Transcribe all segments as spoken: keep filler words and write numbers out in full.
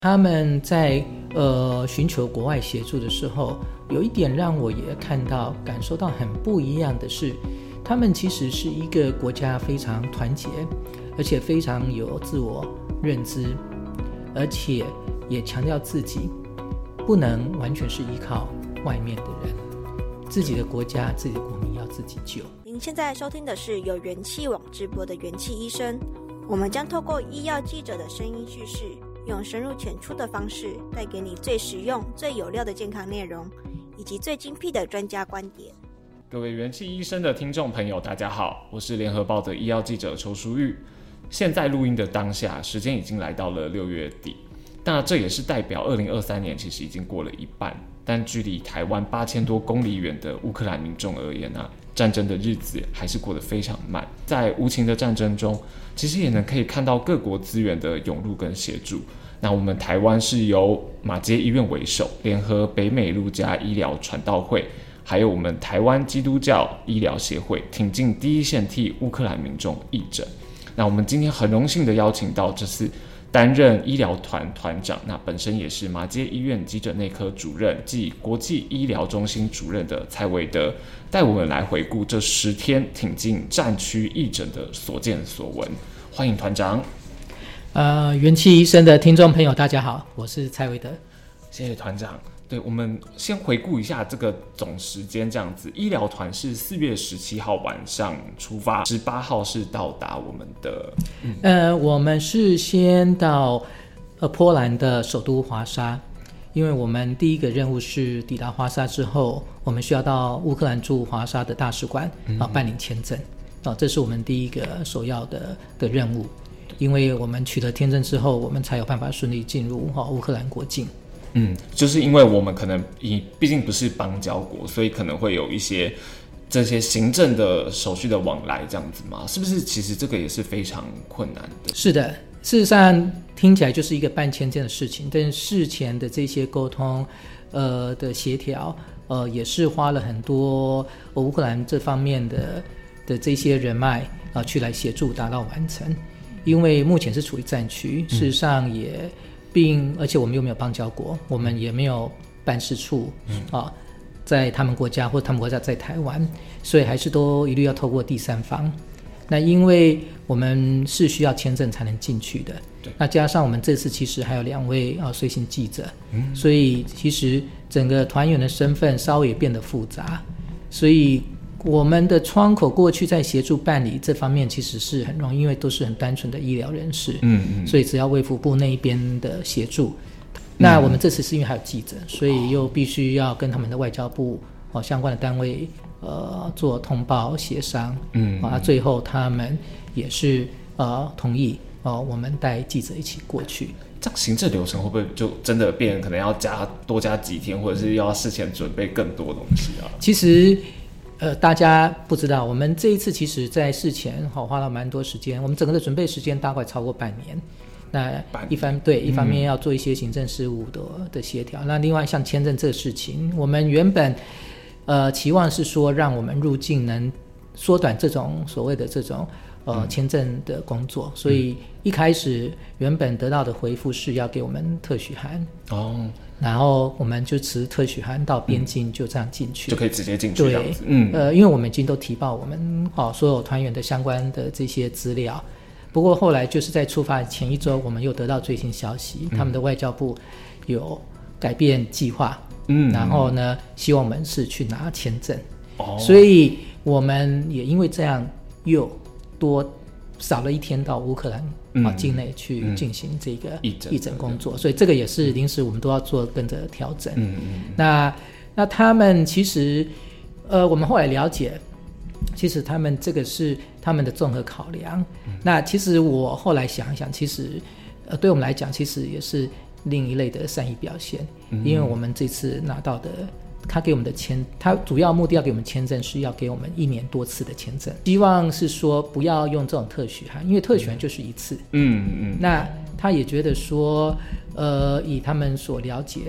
他们在呃寻求国外协助的时候，有一点让我也看到感受到很不一样的是，他们其实是一个国家非常团结，而且非常有自我认知，而且也强调自己不能完全是依靠外面的人，自己的国家自己的国民要自己救。 您现在收听的是由元气网直播的元气医生，我们将透过医药记者的声音叙事，用深入浅出的方式带给你最实用最有料的健康内容，以及最精辟的专家观点。 各位元气医生的听众朋友大家好，我是联合报的医药记者邱淑玉。现在录音的当下，时间已经来到了六月底，那这也是代表二零二三年其实已经过了一半，但距离台湾八千多公里远的乌克兰民众而言啊，战争的日子还是过得非常慢。在无情的战争中，其实也能可以看到各国资源的涌入跟协助。那我们台湾是由马偕医院为首，联合北美陆家医疗传道会，还有我们台湾基督教医疗协会，挺进第一线替乌克兰民众义诊。那我们今天很荣幸的邀请到这次担任医疗团团长，那本身也是马偕医院急诊内科主任暨国际医疗中心主任的蔡维德，带我们来回顾这十天挺进战区义诊的所见所闻。欢迎团长。 呃，元气医生的听众朋友大家好，我是蔡维德。 谢谢团长。对，我们先回顾一下这个总时间，这样子，医疗团是四月十七号晚上出发，十八号是到达我们的。嗯、 呃，我们是先到呃波兰的首都华沙，因为我们第一个任务是抵达华沙之后，我们需要到乌克兰驻华沙的大使馆啊办理签证啊，这是我们第一个首要的的任务。因为我们取得签证之后，我们才有办法顺利进入乌克兰国境。 嗯，就是因为我们可能毕竟不是邦交国，所以可能会有一些这些行政的手续的往来，这样子吗？是不是？其实这个也是非常困难的。是的，事实上听起来就是一个办签证的事情，但是事前的这些沟通，呃的协调，呃也是花了很多乌克兰这方面的的这些人脉啊、呃，去来协助达到完成。因为目前是处于战区，事实上也并而且我们又没有邦交国，我们也没有办事处、嗯啊、在他们国家或他们国家在台湾，所以还是都一律要透过第三方。那因为我们是需要签证才能进去的，那加上我们这次其实还有两位啊随行记者、嗯，所以其实整个团员的身份稍微也变得复杂，所以我们的窗口过去在协助办理这方面其实是很容易，因为都是很单纯的医疗人士，嗯嗯，所以只要卫福部那一边的协助、嗯、那我们这次是因为还有记者，所以又必须要跟他们的外交部、哦、相关的单位呃做通报协商，嗯，啊，最后他们也是呃同意哦，我们带记者一起过去。 这样行政流程会不会就真的变可能要加多加几天，或者是要事前准备更多东西啊？ 其实呃，大家不知道，我们这一次其实在事前、哦、花了蛮多时间，我们整个的准备时间大概超过半年。那一方对一方面要做一些行政事务的、嗯、的协调，那另外像签证这个事情，我们原本呃期望是说让我们入境能缩短这种所谓的这种呃签证的工作，所以一开始原本得到的回复是要给我们特许函哦。然后我们就持特许函到边境就这样进去、嗯、 就可以直接进去这样子。嗯， 呃，因为我们已经都提报我们、哦、所有团员的相关的这些资料。不过后来就是在出发前一周，我们又得到最新消息、嗯、他们的外交部有改变计划，嗯，然后呢希望我们是去拿签证、哦、所以我们也因为这样又多少了一天到乌克兰啊，境内去进行这个义诊工作、嗯嗯，所以这个也是临时我们都要做跟着调整。嗯嗯，那那他们其实，呃，我们后来了解，其实他们这个是他们的综合考量、嗯。那其实我后来想一想，其实呃，对我们来讲，其实也是另一类的善意表现，嗯、因为我们这次拿到的。他给我们的签，他主要目的要给我们签证，是要给我们一年多次的签证，希望是说不要用这种特许函，因为特许函就是一次。嗯嗯。那他也觉得说，呃，以他们所了解，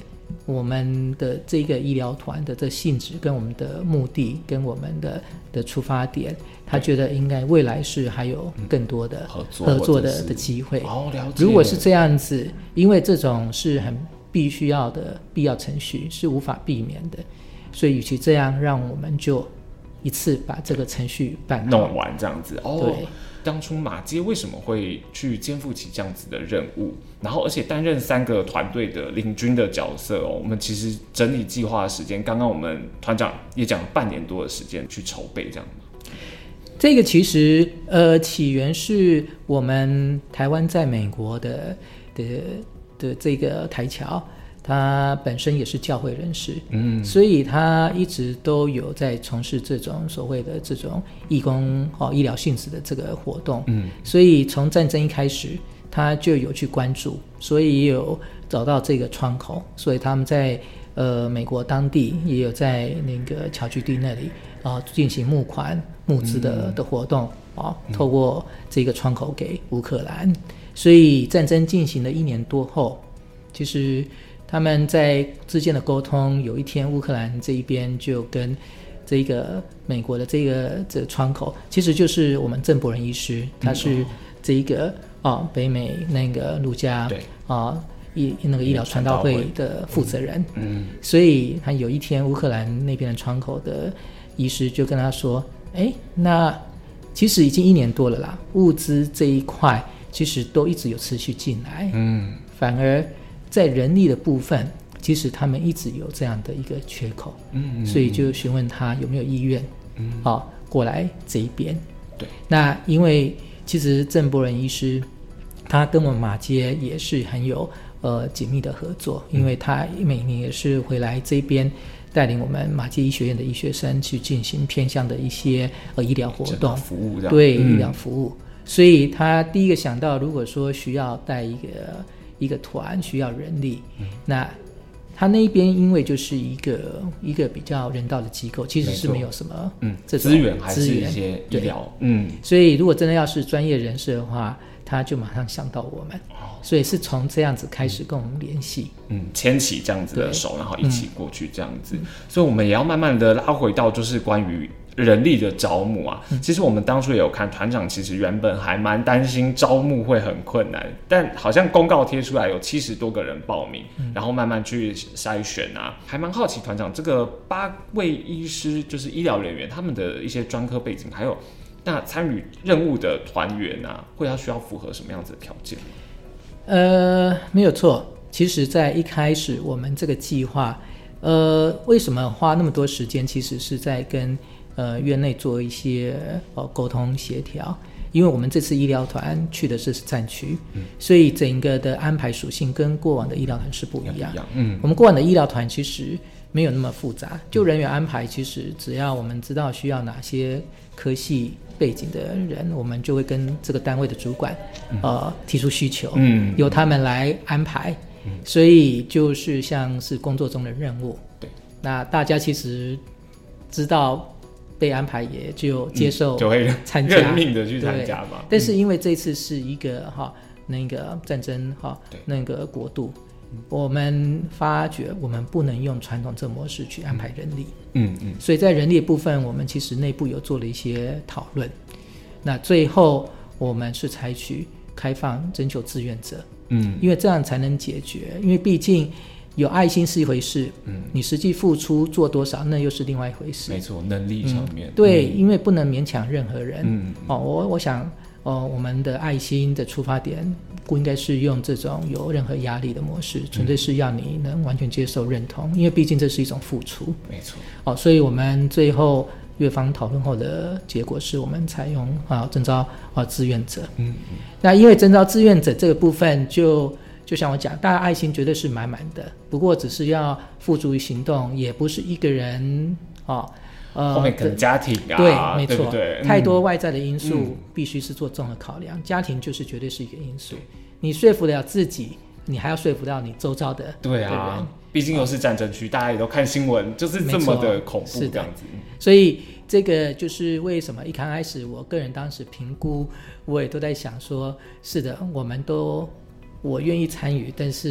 我们的这个医疗团的这性质跟我们的目的跟我们的的出发点，他觉得应该未来是还有更多的合作合作的的机会。 哦，了解。 如果是这样子，因为这种是很必须要的必要程序，是无法避免的，所以与其这样，让我们就一次把这个程序办弄完这样子。哦， 对。 当初马偕为什么会去肩负起这样子的任务，然后而且担任三个团队的领军的角色哦？我们其实整理计划的时间，刚刚我们团长也讲了半年多的时间去筹备这样吗？ 这个其实呃起源是我们台湾在美国的的的这个台侨，他本身也是教会人士，嗯，所以他一直都有在从事这种所谓的这种义工、哦、医疗性质的这个活动，嗯，所以从战争一开始他就有去关注，所以也有找到这个窗口，所以他们在呃美国当地也有在那个侨居地那里啊、呃、进行募款募资的、嗯、的活动啊、哦，透过这个窗口给乌克兰，所以战争进行了一年多后，其实他们在之间的沟通，有一天乌克兰这一边就跟这个美国的这个这个窗口，其实就是我们郑伯仁医师，他是这一个、嗯哦、北美那个卢家啊医那个医疗传道会的负责人，嗯，所以他有一天乌克兰那边的窗口的医师就跟他说，哎，那其实已经一年多了啦，物资这一块其实都一直有持续进来，嗯，反而在人力的部分，其实他们一直有这样的一个缺口，嗯嗯，所以就询问他有没有意愿，嗯，哦，过来这一边。对，那因为其实郑伯仁医师，他跟我们马偕也是很有呃紧密的合作，因为他每年也是回来这边带领我们马偕医学院的医学生去进行偏向的一些呃医疗活动服务这样， 对、嗯、医疗服务，所以他第一个想到，如果说需要带一个一个团需要人力、嗯、那他那边因为就是一个一个比较人道的机构，其实是没有什么嗯这种资源还是一些医疗，嗯， 所以如果真的要是专业人士的话，他就马上想到我们、哦、所以是从这样子开始跟我们联系， 嗯，牵起这样子的手，然后一起过去这样子、嗯、所以我们也要慢慢的拉回到就是关于人力的招募啊、嗯、其实我们当初也有看团长，其实原本还蛮担心招募会很困难，但好像公告贴出来有七十多个人报名、嗯、然后慢慢去筛选啊，还蛮好奇团长这个八位医师就是医疗人员他们的一些专科背景，还有那参与任务的团员啊，会要需要符合什么样子的条件？ 呃，没有错，其实在一开始我们这个计划呃，为什么花那么多时间，其实是在跟呃院内做一些呃沟通协调，因为我们这次医疗团去的是战区、嗯、所以整个的安排属性跟过往的医疗团是不一样，嗯，我们过往的医疗团其实没有那么复杂，就人员安排其实只要我们知道需要哪些科系背景的人，我们就会跟这个单位的主管、嗯、呃提出需求，嗯，由他们来安排、嗯、所以就是像是工作中的任务，对，那大家其实知道被安排也就接受、嗯、 就会参加任命的去参加嘛， 但是因为这次是一个哈那个战争哈那个国度，我们发觉我们不能用传统这模式去安排人力，嗯嗯，所以在人力的部分我们其实内部有做了一些讨论，那最后我们是采取开放征求志愿者，嗯，因为这样才能解决，因为毕竟有爱心是一回事，嗯，你实际付出做多少那又是另外一回事， 没错，能力上面、嗯、 对、嗯、因为不能勉强任何人，嗯，哦，我我想哦，我们的爱心的出发点不应该是用这种有任何压力的模式，纯粹是要你能完全接受认同，因为毕竟这是一种付出， 没错， 哦，所以我们最后越方讨论后的结果是我们采用啊征召啊志愿者，嗯嗯，那因为征召志愿者这个部分就就像我讲，大家爱心绝对是满满的，不过只是要付诸于行动，也不是一个人哦呃，后面可能家庭啊， 对，没错， 对不对？ 太多外在的因素、嗯、必须是做综合考量，家庭就是绝对是一个因素。你说服了自己，你还要说服到你周遭的对啊，毕竟又是战争区、哦，大家也都看新闻，就是这么的恐怖这样子。 所以这个就是为什么一开始我个人当时评估，我也都在想说，是的，我们都我愿意参与，但是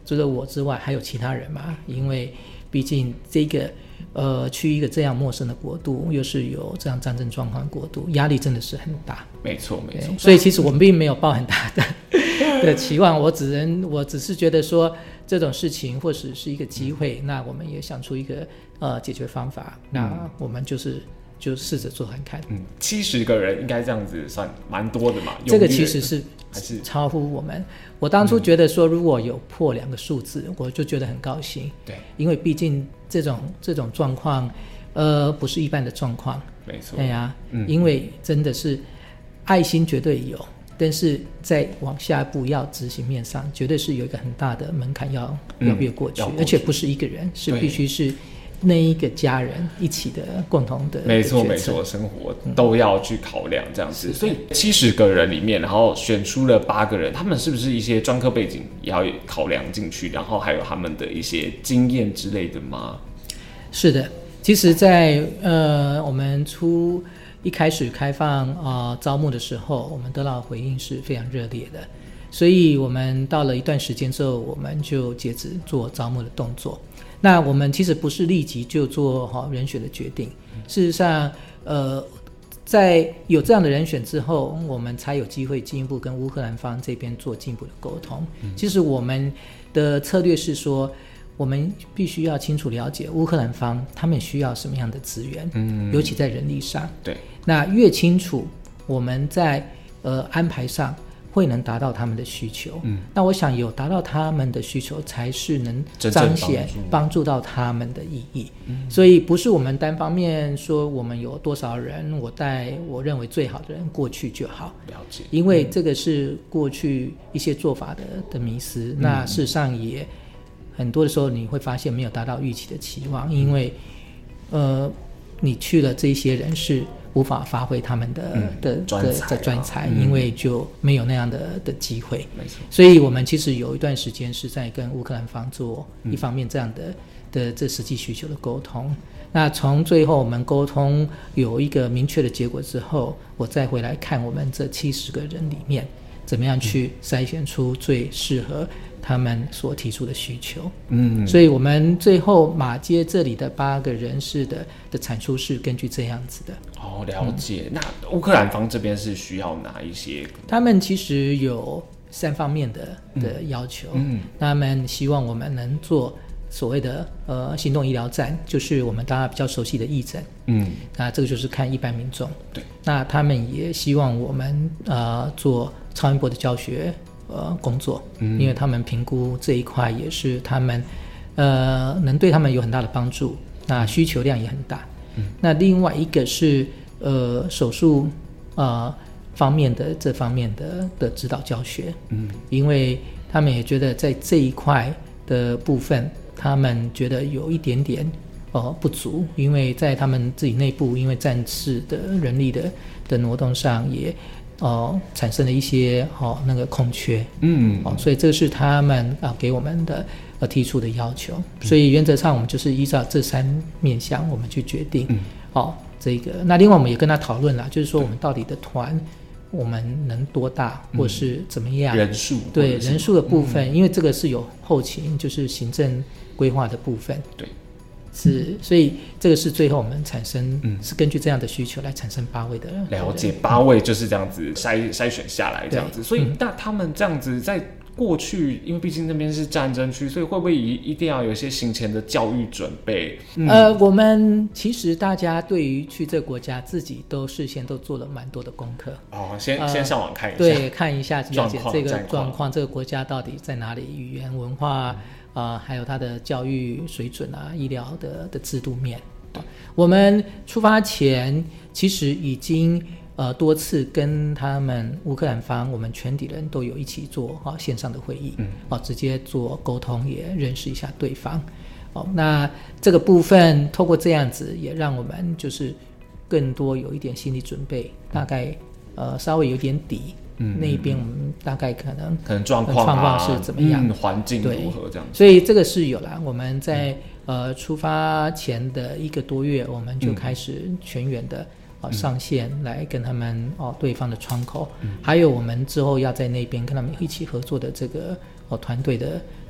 除了我之外还有其他人嘛，因为毕竟这个呃去一个这样陌生的国度，又是有这样战争状况的国度，压力真的是很大。 没错没错， 所以其实我们并没有抱很大的的期望，我只能我只是觉得说这种事情或许是一个机会，嗯、那我们也想出一个呃解决方法，嗯、那我们就是就试着做看看。 嗯，七十个人应该这样子算蛮多的嘛？ 这个其实是还是超乎我们。我当初觉得说，如果有破两个数字，嗯、我就觉得很高兴。 对， 因为毕竟这种这种状况，呃，不是一般的状况。 没错。 对呀、啊嗯， 因为真的是爱心绝对有，但是在往下一步要执行面上，绝对是有一个很大的门槛要、嗯、要越过去，而且不是一个人，是必须是那一个家人一起的共同的。 没错没错，生活都要去考量这样子。嗯、所以七十个人里面，然后选出了八个人，他们是不是一些专科背景也要考量进去？然后还有他们的一些经验之类的吗？ 是的，其实在，呃我们出。一开始开放呃招募的时候，我们得到的回应是非常热烈的，所以我们到了一段时间之后，我们就截止做招募的动作。那我们其实不是立即就做好人选的决定，事实上，呃，在有这样的人选之后，我们才有机会进一步跟乌克兰方这边做进一步的沟通。嗯、其实我们的策略是说，我们必须要清楚了解乌克兰方他们需要什么样的资源，嗯，尤其在人力上。 对， 那越清楚，我们在呃安排上会能达到他们的需求。嗯，那我想有达到他们的需求，才是能彰显帮助到他们的意义。嗯，所以不是我们单方面说我们有多少人，我带我认为最好的人过去就好。 了解， 因为这个是过去一些做法的的迷思。嗯、那事实上也。很多的时候你会发现没有达到预期的期望，因为呃，你去了这些人是无法发挥他们的、嗯、的专才、啊、的专才、嗯，因为就没有那样的的机会。 没错， 所以我们其实有一段时间是在跟乌克兰方做一方面这样的、嗯、的这实际需求的沟通。那从最后我们沟通有一个明确的结果之后，我再回来看我们这七十个人里面怎么样去筛选出最适合他们所提出的需求。嗯，所以我们最后马街这里的八个人士的的产出是根据这样子的。 哦，了解。嗯、那乌克兰方这边是需要哪一些？ 他们其实有三方面的的要求。嗯，他们希望我们能做所谓的呃行动医疗站，就是我们大家比较熟悉的义诊。嗯，那这个就是看一般民众。 对。 那他们也希望我们呃做超音波的教学。呃，工作，嗯，因为他们评估这一块也是他们，呃，能对他们有很大的帮助，那需求量也很大。嗯，那另外一个是呃手术呃方面的这方面的的指导教学，嗯，因为他们也觉得在这一块的部分，他们觉得有一点点呃不足，因为在他们自己内部，因为战事的人力的的挪动上也。哦，产生了一些哦那个空缺，嗯，哦，所以这是他们啊、呃、给我们的呃提出的要求，所以原则上我们就是依照这三面向我们去决定，嗯，哦这个，那另外我们也跟他讨论了，就是说我们到底的团我们能多大，或是怎么样， 嗯、人数对人数的部分、嗯，因为这个是有后勤就是行政规划的部分， 对。 是，所以这个是最后我们产生，嗯，是根据这样的需求来产生八位的人。 了解，八位就是这样子筛筛选下来这样子。所以，那他们这样子在过去，因为毕竟那边是战争区，所以会不会一一定要有一些行前的教育准备？ 嗯、呃，我们其实大家对于去这个国家，自己都事先都做了蛮多的功课。 哦，先、呃、先上网看一下， 对，看一下了解这个状况，这个国家到底在哪里，语言文化。嗯啊、呃，还有它的教育水准啊，医疗的的制度面。我们出发前其实已经呃多次跟他们乌克兰方，我们全体人都有一起做啊、哦、线上的会议，嗯，哦，直接做沟通，也认识一下对方。哦，那这个部分透过这样子，也让我们就是更多有一点心理准备，大概呃稍微有点底。嗯，那一边我们大概可能可能状况啊是怎么样， 嗯，环境如何这样子， 所以这个是有啦。我们在、嗯、呃出发前的一个多月，我们就开始全员的、呃嗯、上线来跟他们哦、呃、对方的窗口、嗯，还有我们之后要在那边跟他们一起合作的这个哦团队的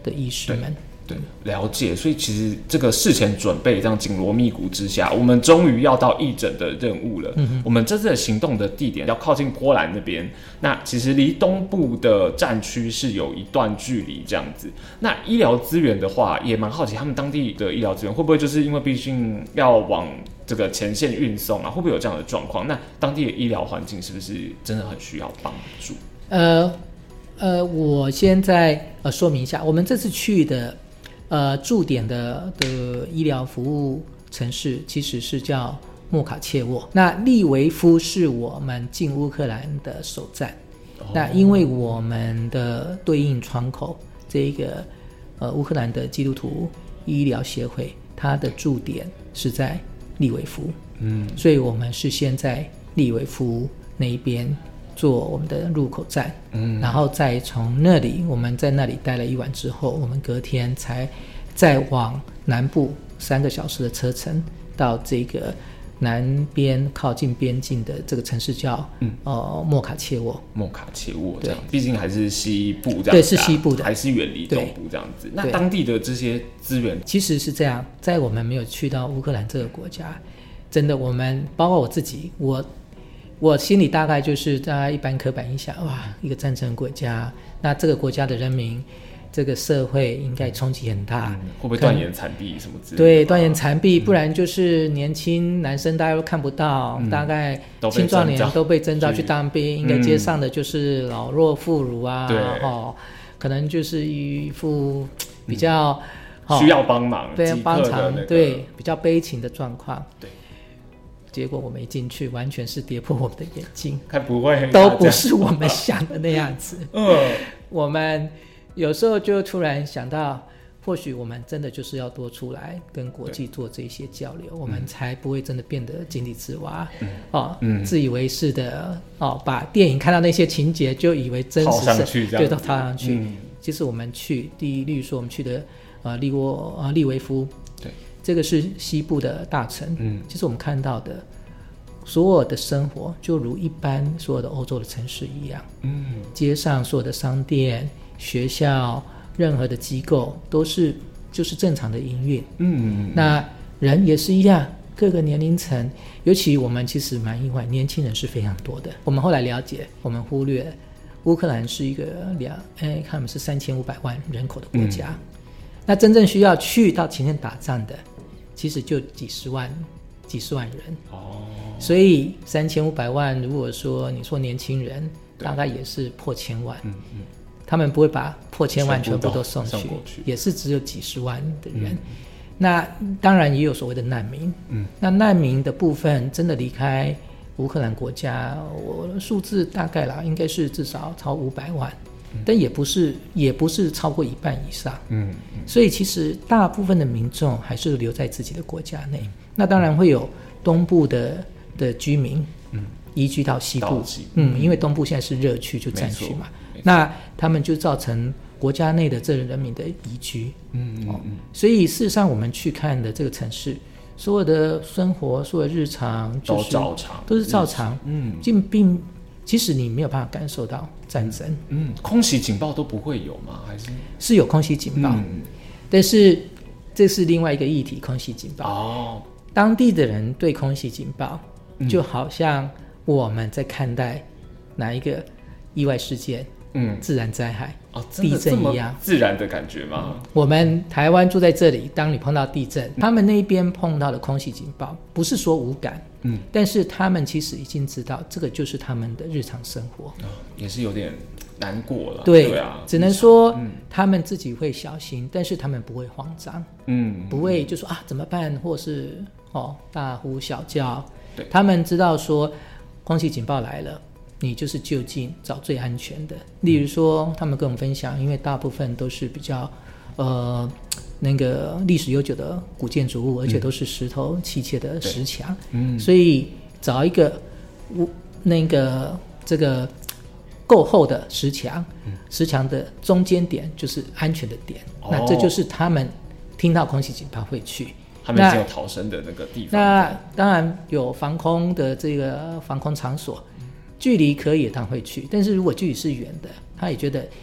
的医师们。 对，了解。所以其实这个事前准备这样紧锣密鼓之下，我们终于要到义诊的任务了。嗯、我们这次的行动的地点要靠近波兰那边，那其实离东部的战区是有一段距离这样子。那医疗资源的话，也蛮好奇他们当地的医疗资源会不会就是因为毕竟要往这个前线运送啊，会不会有这样的状况？那当地的医疗环境是不是真的很需要帮助？ 呃呃，我现在呃说明一下，我们这次去的。呃，驻点的的医疗服务城市其实是叫莫卡切沃，那利维夫是我们进乌克兰的首站。哦、那因为我们的对应窗口，这个呃乌克兰的基督徒医疗协会，它的驻点是在利维夫，嗯，所以我们是先在利维夫那一边做我们的入口站，嗯，然后再从那里，我们在那里待了一晚之后，我们隔天才再往南部三个小时的车程到这个南边靠近边境的这个城市叫、嗯、呃莫卡切沃。莫卡切沃这样，毕竟还是西部这样子、啊， 对，是西部的， 还是远离东部这样子。那当地的这些资源， 其实是这样，在我们没有去到乌克兰这个国家，真的，我们包括我自己，我。我心里大概就是大家一般刻板印象，哇，一个战争国家，那这个国家的人民，这个社会应该冲击很大， 嗯、会不会断垣残壁什么之类的？ 对，断垣残壁，不然就是年轻男生大家都看不到，嗯、大概青壮年都被征召去当兵，应该接上的就是老弱妇孺啊， 对、 哦，可能就是一副比较、 嗯哦、需要帮忙， 对，帮忙、 那個， 对，比较悲情的状况， 对。 结果我没进去，完全是跌破我们的眼镜， 还不会都不是我们想的那样子。 嗯， 我们有时候就突然想到，或许我们真的就是要多出来跟国际做这些交流，我们才不会真的变得井底之蛙、嗯哦嗯、自以为是的、哦、把电影看到那些情节就以为真实是，就都套上去、嗯、其实我们去第一，例如说我们去的呃利沃呃利维夫， 对， 这个是西部的大城，嗯，其实我们看到的所有的生活就如一般所有的欧洲的城市一样，嗯，街上所有的商店、学校、任何的机构都是就是正常的营运，嗯，那人也是一样，各个年龄层，尤其我们其实蛮意外，年轻人是非常多的。我们后来了解，我们忽略乌克兰是一个两哎，看我们是三千五百万人口的国家、嗯，那真正需要去到前线打仗的，其实就几十万几十万人哦，所以三千五百万，如果说你说年轻人，大概也是破千万，嗯嗯，他们不会把破千万全部都送 去, 送去也是只有几十万的人、嗯、那当然也有所谓的难民，嗯，那难民的部分真的离开乌克兰国家，我的数字大概啦，应该是至少超五百万，但也不是也不是超过一半以上，嗯，所以其实大部分的民众还是留在自己的国家内，那当然会有东部的的居民，嗯，移居到西部，嗯，因为东部现在是热区，就战区嘛，那他们就造成国家内的这人民的移居，嗯嗯、哦、所以事实上我们去看的这个城市，所有的生活，所有的日常、就是、 都照常， 都是照常，嗯，并其实你没有办法感受到战争， 嗯，嗯空袭警报都不会有吗？还是是有空袭警报，嗯、但是这是另外一个议题，空袭警报。哦，当地的人对空袭警报，嗯、就好像我们在看待哪一个意外事件，嗯，自然灾害、 哦、 地震一样， 自然的感觉吗？ 嗯、我们台湾住在这里，当你碰到地震，嗯、他们那边碰到的空袭警报，不是说无感。嗯，但是他们其实已经知道这个就是他们的日常生活， 哦、也是有点难过了。 对， 对啊， 只能说他们自己会小心，嗯、但是他们不会慌张，嗯，不会就说啊怎么办，或是哦大呼小叫。对，他们知道说空袭警报来了，你就是就近找最安全的。例如说，他们跟我们分享，因为大部分都是比较呃。那个历史悠久的古建筑物，而且都是石头砌砌的石墙，嗯，所以找一个那个这个够厚的石墙，嗯、石墙的中间点就是安全的点，哦、那这就是他们听到空袭警报会去， 他们已经有逃生的那个地方。 那当然有防空的这个防空场所，距离可以当然会去，但是如果距离是远的，他也觉得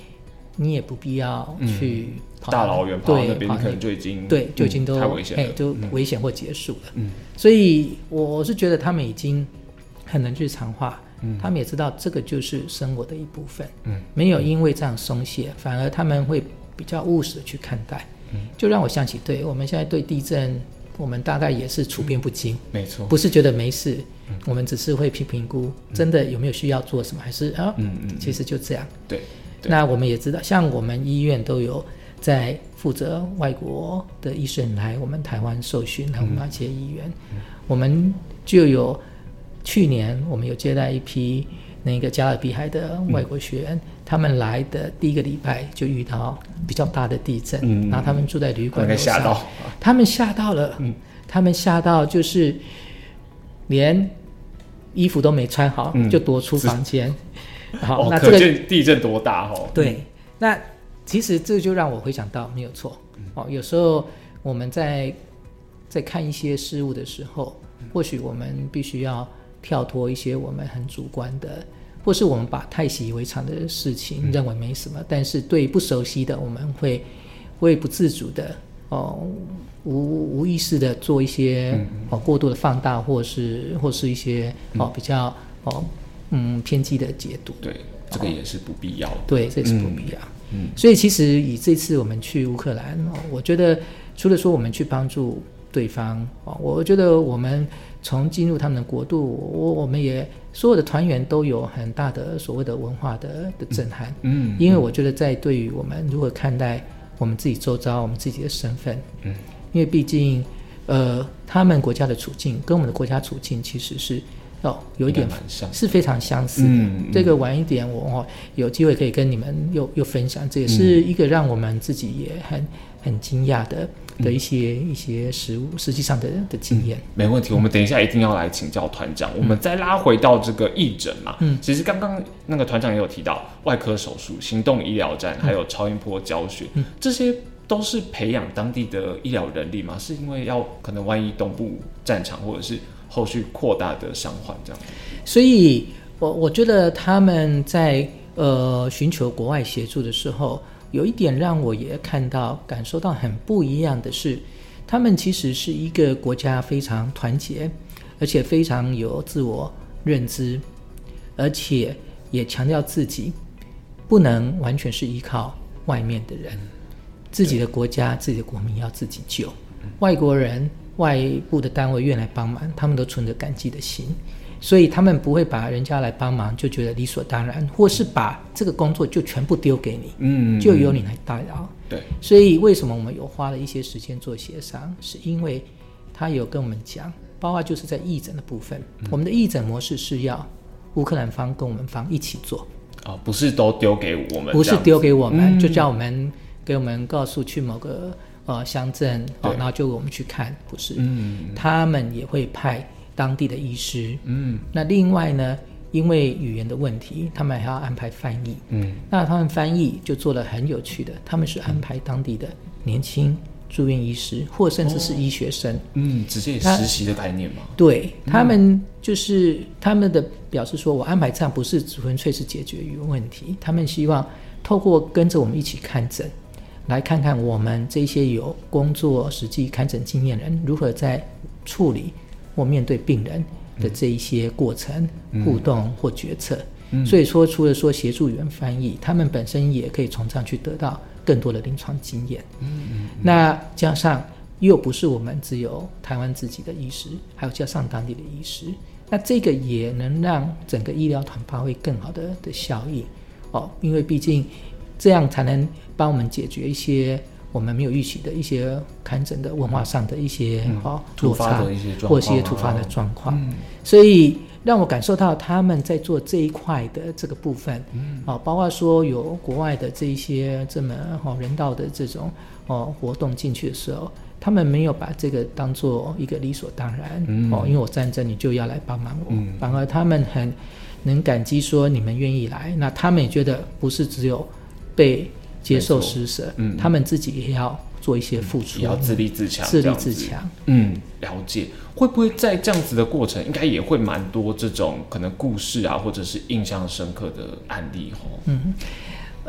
你也不必要去跑、 嗯、大老远跑到那边，可能就已经对就已经都、 嗯、太危险了， 就危险或结束了。 嗯， 所以我是觉得他们已经很能日常化，嗯，他们也知道这个就是生活的一部分，嗯，没有因为这样松懈，反而他们会比较务实的去看待，嗯，就让我想起，对我们现在对地震，我们大概也是处变不惊， 没错， 不是觉得没事。我们只是会评评估真的有没有需要做什么，还是啊、嗯嗯，其实就这样。 对， 那我们也知道，像我们医院都有在负责外国的医生来我们台湾受训，来我们那些医院、嗯，我们就有去年我们有接待一批那个加勒比海的外国学员、嗯，他们来的第一个礼拜就遇到比较大的地震，嗯、然后他们住在旅馆楼上， 吓到， 他们吓到了，嗯、他们吓到就是连衣服都没穿好、嗯、就躲出房间。好、 哦， 那这个可见地震多大哦。 对，那其实这就让我回想到，没有错、嗯哦、有时候我们在在看一些事物的时候，或许我们必须要跳脱一些我们很主观的，或是我们把太习以为常的事情、嗯、认为没什么，但是对不熟悉的，我们会会不自主的哦，无无意识的做一些、嗯哦、过度的放大，或是或是一些、嗯、哦比较哦嗯偏激的解读。 对，这个也是不必要的。 对，这也是不必要。 嗯， 所以其实以这次我们去乌克兰、哦、我觉得除了说我们去帮助对方、哦、我觉得我们从进入他们的国度，我我们也所有的团员都有很大的所谓的文化的的震撼。嗯，因为我觉得在对于我们如何看待我们自己周遭我们自己的身份，嗯，因为毕竟呃他们国家的处境跟我们的国家处境其实是哦，有一点是非常相似的。嗯、这个晚一点我、哦、有机会可以跟你们又又分享，这也是一个让我们自己也很很惊讶的的一些、嗯、一些实物实际上的的经验、嗯。 没问题，我们等一下一定要来请教团长。嗯、我们再拉回到这个义诊嘛，嗯，其实刚刚那个团长也有提到外科手术、行动医疗站，还有超音波教学，嗯、这些都是培养当地的医疗人力吗？是因为要可能万一东部战场或者是后续扩大的伤患这样， 所以我我觉得他们在呃寻求国外协助的时候，有一点让我也看到感受到很不一样的是，他们其实是一个国家非常团结，而且非常有自我认知，而且也强调自己不能完全是依靠外面的人，自己的国家自己的国民要自己救，外国人外部的单位愿来帮忙，他们都存着感激的心，所以他们不会把人家来帮忙就觉得理所当然，或是把这个工作就全部丢给你，嗯，就由你来打扰。 对， 所以为什么我们有花了一些时间做协商，是因为他有跟我们讲，包括就是在义诊的部分、嗯、我们的义诊模式是要乌克兰方跟我们方一起做、 哦、不是都丢给我们， 不是丢给我们、嗯、就叫我们给我们告诉去某个呃，乡镇哦，然后就我们去看，不是、嗯，他们也会派当地的医师，嗯，那另外呢，因为语言的问题，他们还要安排翻译，嗯，那他们翻译就做了很有趣的，他们是安排当地的年轻住院医师，或甚至是医学生，哦、 嗯，直接实习的概念嘛， 对、嗯、他们就是他们的表示说，我安排这样不是纯粹是解决语言问题，他们希望透过跟着我们一起看诊。来看看我们这些有工作实际看诊经验人如何在处理或面对病人的这一些过程、嗯、互动或决策、嗯、所以说除了说协助语言翻译，他们本身也可以从这样去得到更多的临床经验、嗯嗯、那加上又不是我们只有台湾自己的医师，还有加上当地的医师，那这个也能让整个医疗团发挥更好的的效益、哦、因为毕竟这样才能帮我们解决一些我们没有预期的一些看诊的文化上的一些、嗯哦、落差或一些突发的状况、嗯、所以让我感受到他们在做这一块的这个部分、嗯哦、包括说有国外的这一些这么、哦、人道的这种、哦、活动进去的时候，他们没有把这个当做一个理所当然、嗯哦、因为我战争你就要来帮忙我、嗯、反而他们很能感激说你们愿意来，那他们也觉得不是只有被接受施舍、嗯、他们自己也要做一些付出， 也要自立自强， 自立自强。 嗯，了解。会不会在这样子的过程，应该也会蛮多这种可能故事啊，或者是印象深刻的案例？嗯，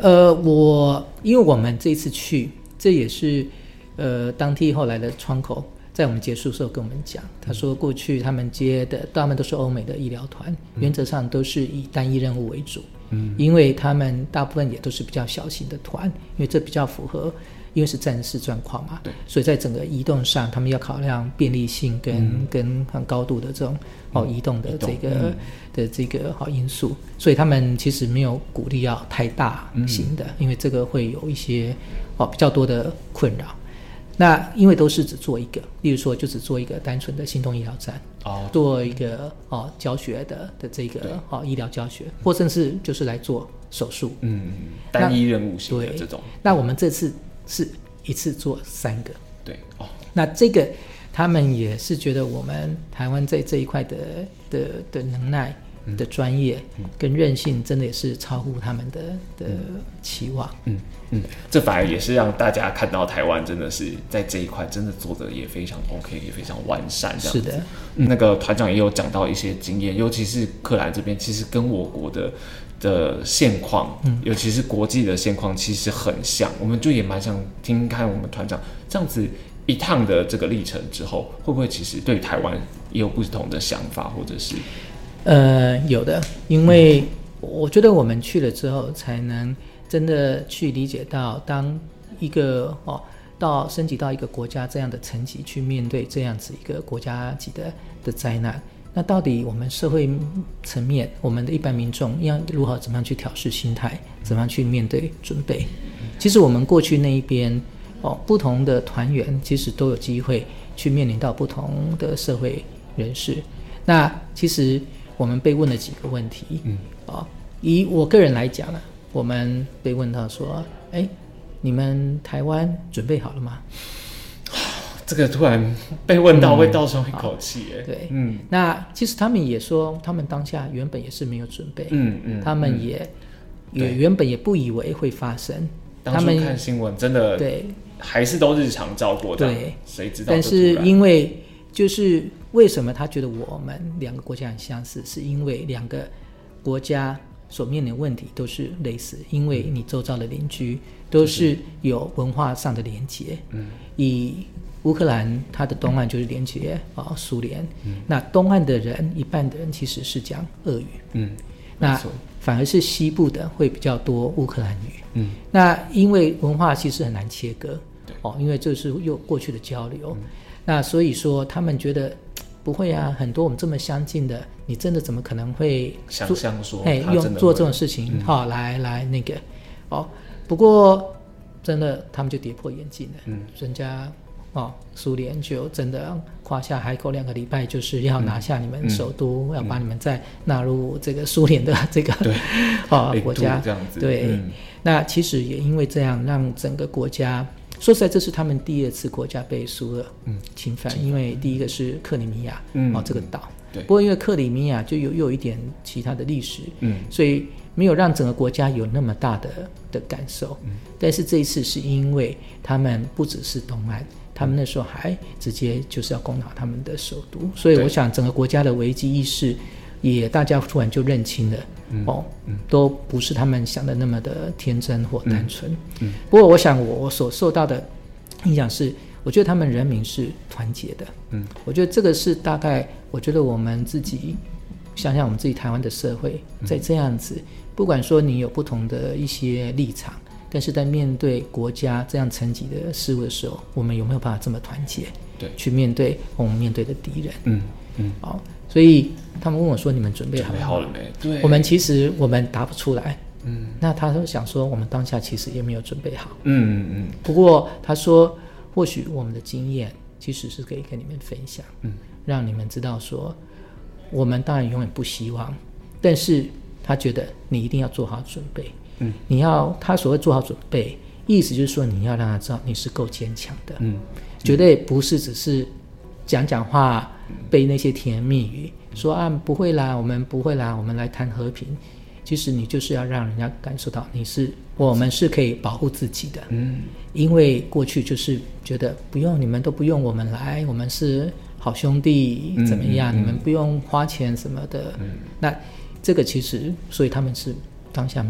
呃，我因为我们这一次去，这也是呃当地后来的窗口在我们结束的时候跟我们讲，他说过去他们接的大部分都是欧美的医疗团，原则上都是以单一任务为主，嗯，因为他们大部分也都是比较小型的团，因为这比较符合，因为是战时状况嘛，对，所以在整个移动上，他们要考量便利性跟、嗯、跟很高度的这种哦移动的这个、嗯、的这个好因素，所以他们其实没有鼓励要太大型的，嗯、因为这个会有一些哦比较多的困扰。那因为都是只做一个，例如说就只做一个单纯的行动医疗站，哦，做一个哦教学的的这个哦医疗教学，或甚至就是来做手术， 嗯，单一任务型的这种。 那我们这次是一次做三个， 对哦。 那这个他们也是觉得我们台湾在这一块的的的能耐、嗯、的专业跟韧性，真的也是超乎他们的的期望。 嗯嗯，这反而也是让大家看到台湾真的是在这一块真的做的也非常 OK， 也非常完善这样子。 是的， 嗯、那个团长也有讲到一些经验，尤其是克兰这边，其实跟我国的的现况、嗯，尤其是国际的现况，其实很像。我们就也蛮想听看我们团长这样子一趟的这个历程之后，会不会其实对台湾也有不同的想法，或者是呃有的，因为我觉得我们去了之后才能真的去理解到，当一个哦到升级到一个国家这样的层级去面对这样子一个国家级的的灾难，那到底我们社会层面，我们的一般民众要如何怎么样去调试心态，怎么样去面对准备？其实我们过去那一边哦，不同的团员其实都有机会去面临到不同的社会人士。那其实我们被问了几个问题，嗯，哦，以我个人来讲呢，我们被问到说，哎，你们台湾准备好了吗？ 这个突然被问到会倒抽一口气耶、 嗯、对，嗯，那其实他们也说他们当下原本也是没有准备，嗯嗯，他们也、嗯、也原本也不以为会发生， 当初看新闻真的对还是都日常照过的，对，谁知道？ 但是因为就是为什么他觉得我们两个国家很相似，是因为两个国家所面临的问题都是类似，因为你周遭的邻居都是有文化上的连结，嗯，以乌克兰它的东岸就是连接啊苏联、嗯，那东岸的人一半的人其实是讲俄语，嗯，那反而是西部的会比较多乌克兰语，嗯，那因为文化其实很难切割，对哦，因为这是又过去的交流、嗯，那所以说他们觉得不会啊，很多我们这么相近的，你真的怎么可能会想象说哎用做这种事情哈、嗯哦、来来那个哦，不过真的他们就跌破眼镜了，嗯，人家。哦，苏联就真的夸下海口两个礼拜，就是要拿下你们首都，嗯、要把你们再纳入这个苏联的这个对哦国家， 这样子对、嗯。那其实也因为这样，让整个国家说实在，这是他们第二次国家被苏俄侵犯，嗯、因为第一个是克里米亚、嗯、哦这个岛，对。不过因为克里米亚就有又有一点其他的历史，嗯，所以没有让整个国家有那么大的的感受。嗯、但是这一次是因为他们不只是东岸。他们那时候还直接就是要攻打他们的首都，所以我想整个国家的危机意识也大家突然就认清了、嗯、哦、嗯，都不是他们想的那么的天真或单纯、嗯嗯、不过我想我所受到的影响是，我觉得他们人民是团结的，嗯，我觉得这个是大概我觉得我们自己想想我们自己台湾的社会在这样子、嗯、不管说你有不同的一些立场，但是在面对国家这样层级的事物的时候，我们有没有办法这么团结？对，去面对我们面对的敌人。嗯嗯，好，所以他们问我说：“你们准备好了吗？”准备好了没？对，我们其实我们答不出来。嗯，那他说想说，我们当下其实也没有准备好。嗯嗯嗯。不过他说，或许我们的经验其实是可以跟你们分享，嗯，让你们知道说，我们当然永远不希望，但是他觉得你一定要做好准备。嗯，你要他所谓做好准备，意思就是说你要让他知道你是够坚强的，嗯，绝对不是只是讲讲话，背那些甜言蜜语，说啊不会啦，我们不会啦，我们来谈和平。其实你就是要让人家感受到你是我们是可以保护自己的，嗯，因为过去就是觉得不用你们都不用我们来，我们是好兄弟怎么样，嗯嗯嗯、你们不用花钱什么的，嗯，那这个其实所以他们是当下没有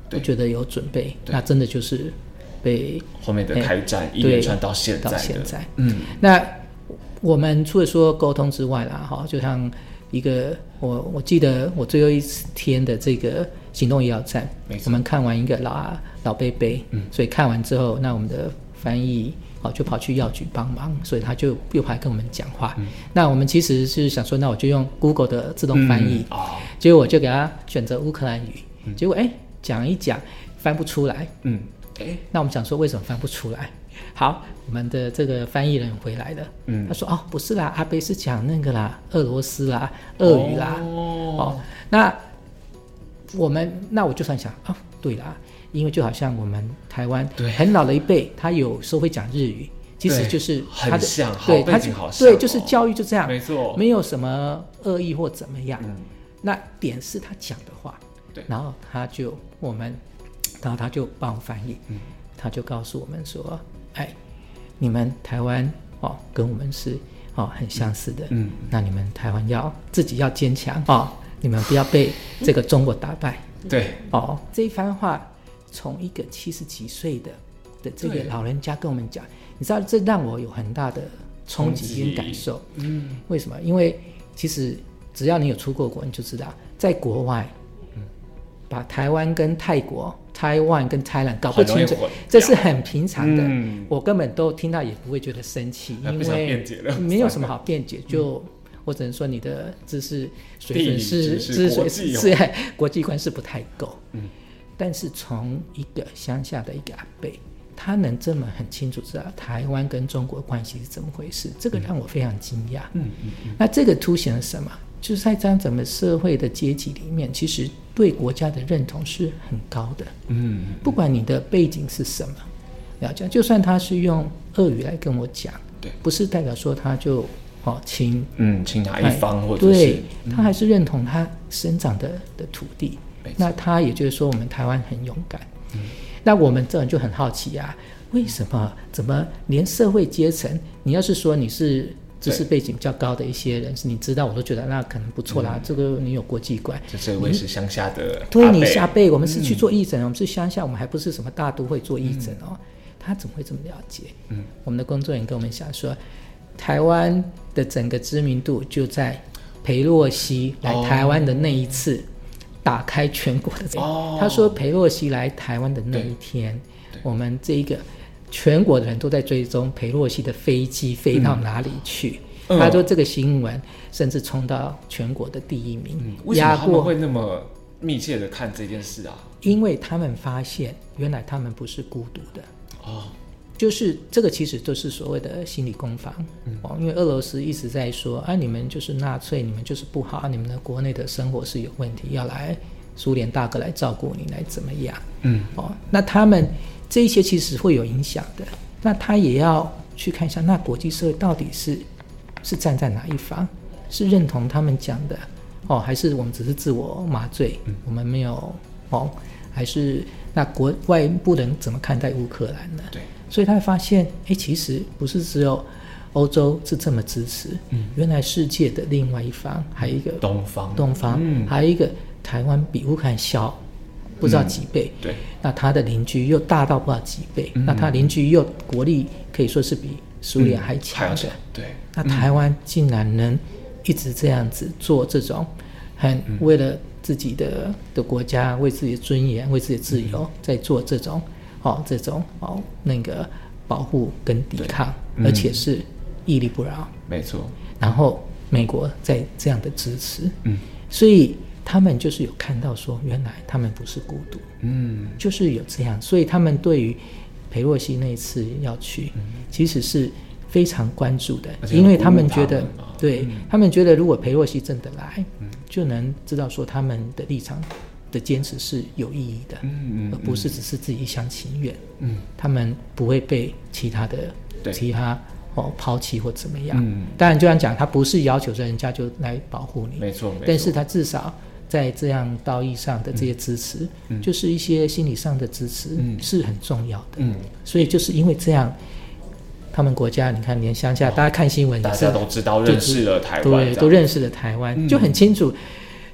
我觉得有准备，那真的就是被后面的开战一连串到现在的。 到现在， 嗯， 那我们除了说沟通之外啦，哈，就像一个我我记得我最后一天的这个行动医疗站，我们看完一个老老伯伯，嗯，所以看完之后，那我们的翻译哦就跑去药局帮忙，所以他就又跑来跟我们讲话。嗯、那我们其实是想说，那我就用 Google 的自动翻译，嗯哦、结果我就给他选择乌克兰语，嗯、结果哎讲一讲翻不出来，嗯，哎，那我们想说为什么翻不出来？好，我们的这个翻译人回来了，嗯，他说哦不是啦，阿伯是讲那个啦，俄罗斯啦，俄语啦，哦，哦那我们那我就算想哦对啦，因为就好像我们台湾很老的一辈，他有时候会讲日语，其实就是他的很像， 对， 背景好像、 对，就是教育就这样， 没错， 没有什么恶意或怎么样。嗯、那点是他讲的话，对，然后他就我们，然后他就帮我翻译，嗯、他就告诉我们说，哎，你们台湾哦，跟我们是哦很相似的，嗯，那你们台湾要自己要坚强哦，你们不要被这个中国打败。 对， 哦，这一番话从一个七十几岁的的这个老人家跟我们讲，你知道这让我有很大的冲击跟感受。嗯，为什么？因为其实只要你有出过国，你就知道，在国外，嗯、把台湾跟泰国、台湾跟泰兰搞不清楚，这是很平常的。嗯、我根本都听到也不会觉得生气，因为没有什么好辩解。就我只能说你的知识水准是知识是是国际观是不太够。嗯，但是从一个乡下的一个阿伯，他能这么很清楚知道台湾跟中国关系是怎么回事，这个让我非常惊讶。嗯嗯嗯。那这个凸显了什么？就是在这样整个社会的阶级里面，其实对国家的认同是很高的。嗯，不管你的背景是什么，了解，就算他是用俄语来跟我讲，对，不是代表说他就哦亲嗯亲哪一方，或者是对、嗯、他还是认同他生长的的土地。那他也就是说我们台湾很勇敢。嗯，那我们这人就很好奇啊，为什么怎么连社会阶层，你要是说你是知识背景比较高的一些人，是你知道，我都觉得那可能不错啦。嗯、这个你有国际观。 这这位是乡下的， 对，你下辈我们是去做义诊、嗯、我们是乡下，我们还不是什么大都会做义诊哦、嗯。他怎么会这么了解？嗯，我们的工作人员跟我们讲说，台湾的整个知名度就在裴洛西来台湾的那一次。哦，打开全国的这个、哦、他说裴洛西来台湾的那一天，我们这一个全国的人都在追踪裴洛西的飞机飞到哪里去。嗯、他说这个新闻甚至冲到全国的第一名。 嗯、为什么他们会那么密切的看这件事啊？ 因为他们发现原来他们不是孤独的。哦，就是这个其实都是所谓的心理攻防。嗯哦、因为俄罗斯一直在说啊，你们就是纳粹，你们就是不好，你们的国内的生活是有问题，要来苏联大哥来照顾你，来怎么样？嗯，哦，那他们这一些其实会有影响的。那他也要去看一下，那国际社会到底是是站在哪一方？是认同他们讲的哦，还是我们只是自我麻醉？嗯、我们没有哦，还是那国外部人怎么看待乌克兰呢？对。所以他会发现，哎，其实不是只有欧洲是这么支持，嗯，原来世界的另外一方还有一个东方， 东方，嗯，还有一个台湾比乌克兰小不知道几倍，嗯、对，那他的邻居又大到不知道几倍，嗯、那他邻居又国力可以说是比苏联还强的，嗯、对，那台湾竟然能一直这样子做这种很为了自己的的国家，为自己的尊严，为自己的自由，嗯、在做这种。哦，这种哦那个保护跟抵抗，嗯、而且是屹立不摇， 没错。 然后美国在这样的支持，嗯，所以他们就是有看到说，原来他们不是孤独，嗯，就是有这样，所以他们对于裴洛西那一次要去，嗯、其实是非常关注的，因为他们觉得，对、嗯、他们觉得如果裴洛西真的来，嗯、就能知道说他们的立场。的坚持是有意义的，嗯嗯嗯、而不是只是自己一厢情愿。嗯，他们不会被其他的其他哦抛弃或怎么样。嗯，当然就像讲，他不是要求人家就来保护你， 没错，没错。 但是他至少在这样道义上的这些支持，嗯、就是一些心理上的支持、嗯、是很重要的。嗯，所以就是因为这样，他们国家你看连乡下、哦、大家看新闻， 大家都知道认识了台湾， 对，都认识了台湾，嗯、就很清楚。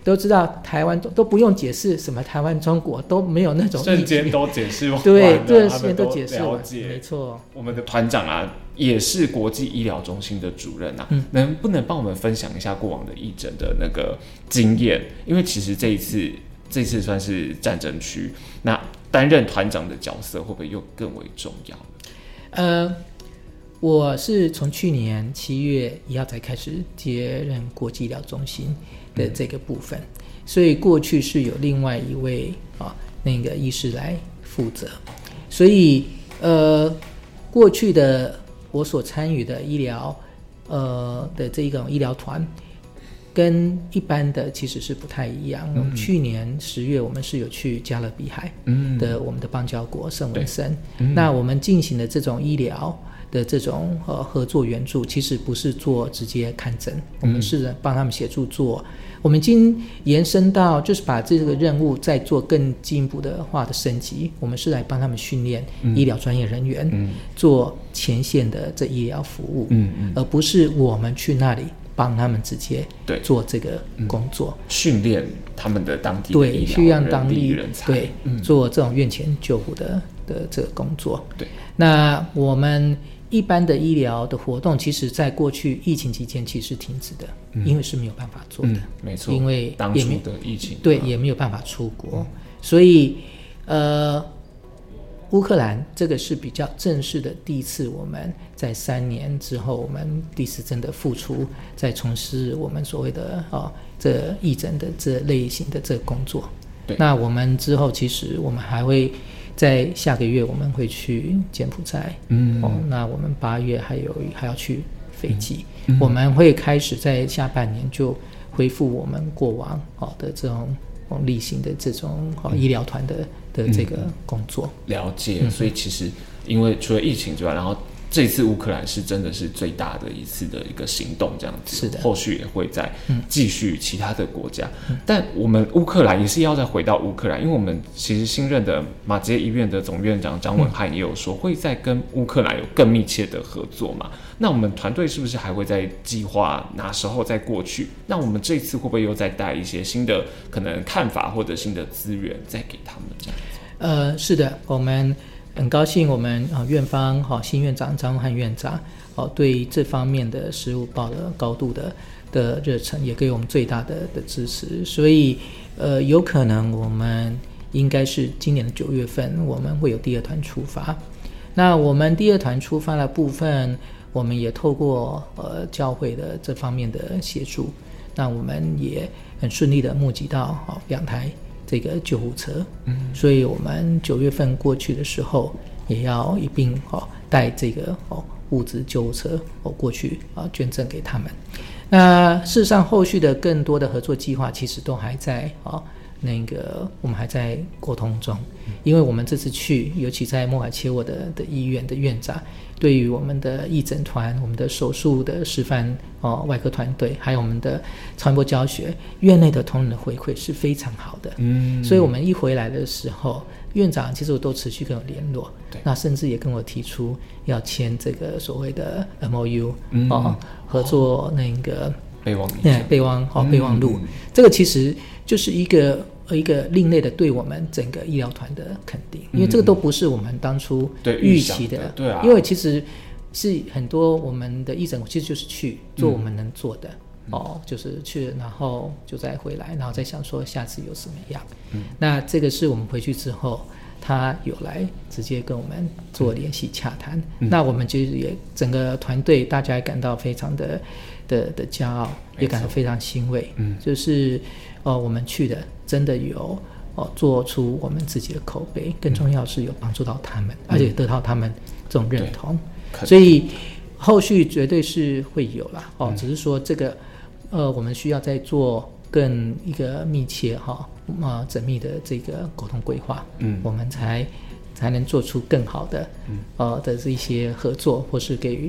都知道台湾都都不用解释什么台湾中国都没有那种瞬间都解释完了， 对，这他们都解释了解， 没错。 我们的团长啊，也是国际医疗中心的主任啊，嗯、能不能帮我们分享一下过往的义诊的那个经验？因为其实这一次，这次算是战争区，那担任团长的角色会不会又更为重要？ 呃，我是从去年七月一号才开始接任国际医疗中心的这个部分，嗯、所以过去是有另外一位啊那个医师来负责，所以呃过去的我所参与的医疗呃的这种医疗团，跟一般的其实是不太一样。嗯、去年十月我们是有去加勒比海的我们的邦交国圣文森，嗯、那我们进行的这种医疗的这种呃合作援助，其实不是做直接看诊，我们是帮他们协助做。我们已经延伸到就是把这个任务再做更进一步的化的升级，我们是来帮他们训练医疗专业人员，嗯、做前线的这医疗服务，嗯嗯、而不是我们去那里帮他们直接做这个工作， 训练、嗯、他们的当地的医疗对，让当地人才对、嗯、做这种院前救护的的这个工作。 对， 那我们一般的医疗的活动，其实在过去疫情期间其实是停止的，嗯、因为是没有办法做的，嗯、 没错， 因为当初的疫情对也没有办法出国，嗯、所以呃。乌克兰这个是比较正式的第一次，我们在三年之后，我们第一次真的付出，在从事我们所谓的哦这义诊的这类型的这个工作。对，那我们之后其实我们还会在下个月我们会去柬埔寨，嗯，哦，那我们八月还有还要去斐济，嗯、我们会开始在下半年就恢复我们过往好的这种例行的这种哦医疗团的。的这个工作、 嗯、了解，嗯、所以其实因为除了疫情之外，然后这次乌克兰是真的是最大的一次的一个行动，这样子， 是的， 后续也会再继续其他的国家，嗯、但我们乌克兰也是要再回到乌克兰，因为我们其实新任的马偕医院的总院长张文翰也有说，会再跟乌克兰有更密切的合作嘛。那我们团队是不是还会再计划哪时候再过去？那我们这次会不会又再带一些新的可能看法或者新的资源再给他们这样子？ 呃，是的，我们很高兴我们啊、呃、院方哈、哦、新院长张文翰院长哦对这方面的事务抱了高度的的热忱，也给我们最大的的支持，所以呃有可能我们应该是今年的九月份我们会有第二团出发。那我们第二团出发的部分，我们也透过呃教会的这方面的协助，那我们也很顺利的募集到哦两台这个救护车，嗯，所以我们九月份过去的时候，也要一并哦带这个哦物资救护车哦过去啊捐赠给他们。那事实上后续的更多的合作计划，其实都还在哦那个我们还在沟通中，因为我们这次去，尤其在莫尔切沃的的医院的院长，对于我们的义诊团、我们的手术的示范哦外科团队，还有我们的超音波教学，院内的同仁的回馈是非常好的。嗯，所以我们一回来的时候，院长其实我都持续跟我联络，那甚至也跟我提出要签这个所谓的 M O U、嗯、哦，合作那个备忘嗯备忘哦备忘录，嗯、这个其实就是一个。一个另类的对我们整个医疗团的肯定，因为这个都不是我们当初预期的， 对啊， 因为其实是很多我们的义诊其实就是去做我们能做的、嗯、哦，就是去然后就再回来，然后再想说下次有什么样、嗯、那这个是我们回去之后他有来直接跟我们做联系洽谈、嗯、那我们就也整个团队大家也感到非常的的的骄傲，也感到非常欣慰，嗯，就是哦我们去的真的有哦做出我们自己的口碑，更重要是有帮助到他们、嗯、而且得到他们这种认同，所以后续绝对是会有啦哦、嗯、只是说这个呃我们需要再做更一个密切哈啊缜密的这个沟通规划，嗯，我们才才能做出更好的、嗯、呃的这一些合作，或是给予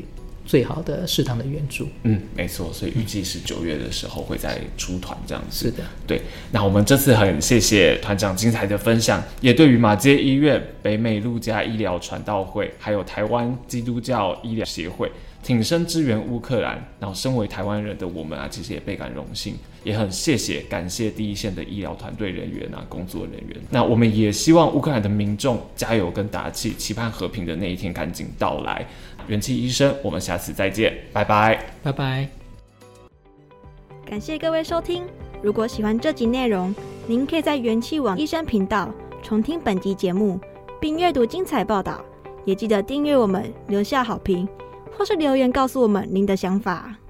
最好的适当的援助。 嗯，没错，所以预计是九月的时候会再出团这样子。 是的， 对。那我们这次很谢谢团长精彩的分享，也对于马偕医院、北美路加医疗传道会，还有台湾基督教医疗协会挺身支援乌克兰，然后身为台湾人的我们啊，其实也倍感荣幸，也很谢谢感谢第一线的医疗团队人员啊，工作人员。那我们也希望乌克兰的民众加油跟打气，期盼和平的那一天赶紧到来。元气医生，我们下次再见，拜拜， 拜拜。 感谢各位收听，如果喜欢这集内容，您可以在元气网医生频道重听本集节目，并阅读精彩报道，也记得订阅我们，留下好评，或是留言告诉我们您的想法。